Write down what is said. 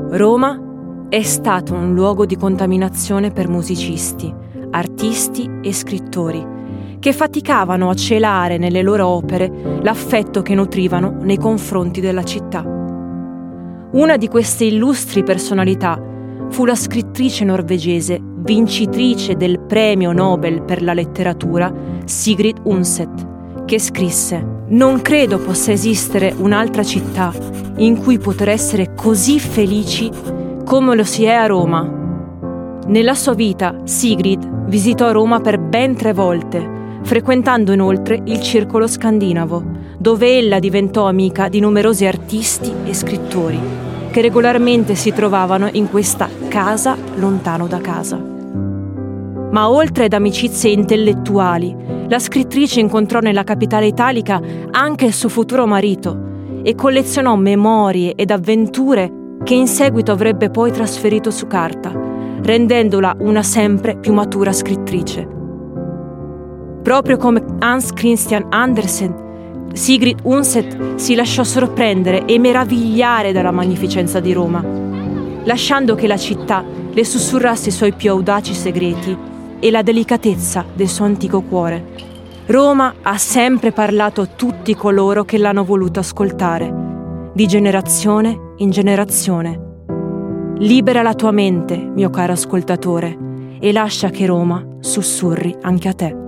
Roma è stato un luogo di contaminazione per musicisti, artisti e scrittori che faticavano a celare nelle loro opere l'affetto che nutrivano nei confronti della città. Una di queste illustri personalità fu la scrittrice norvegese, vincitrice del premio Nobel per la letteratura, Sigrid Undset, che scrisse: «Non credo possa esistere un'altra città in cui poter essere così felici come lo si è a Roma». Nella sua vita, Sigrid visitò Roma per ben 3 volte, frequentando inoltre il circolo scandinavo, dove ella diventò amica di numerosi artisti e scrittori che regolarmente si trovavano in questa casa lontano da casa. Ma oltre ad amicizie intellettuali, la scrittrice incontrò nella capitale italica anche il suo futuro marito e collezionò memorie ed avventure che in seguito avrebbe poi trasferito su carta, rendendola una sempre più matura scrittrice. Proprio come Hans Christian Andersen, Sigrid Undset si lasciò sorprendere e meravigliare dalla magnificenza di Roma, lasciando che la città le sussurrasse i suoi più audaci segreti e la delicatezza del suo antico cuore. Roma ha sempre parlato a tutti coloro che l'hanno voluto ascoltare, di generazione in generazione. Libera la tua mente, mio caro ascoltatore, e lascia che Roma sussurri anche a te.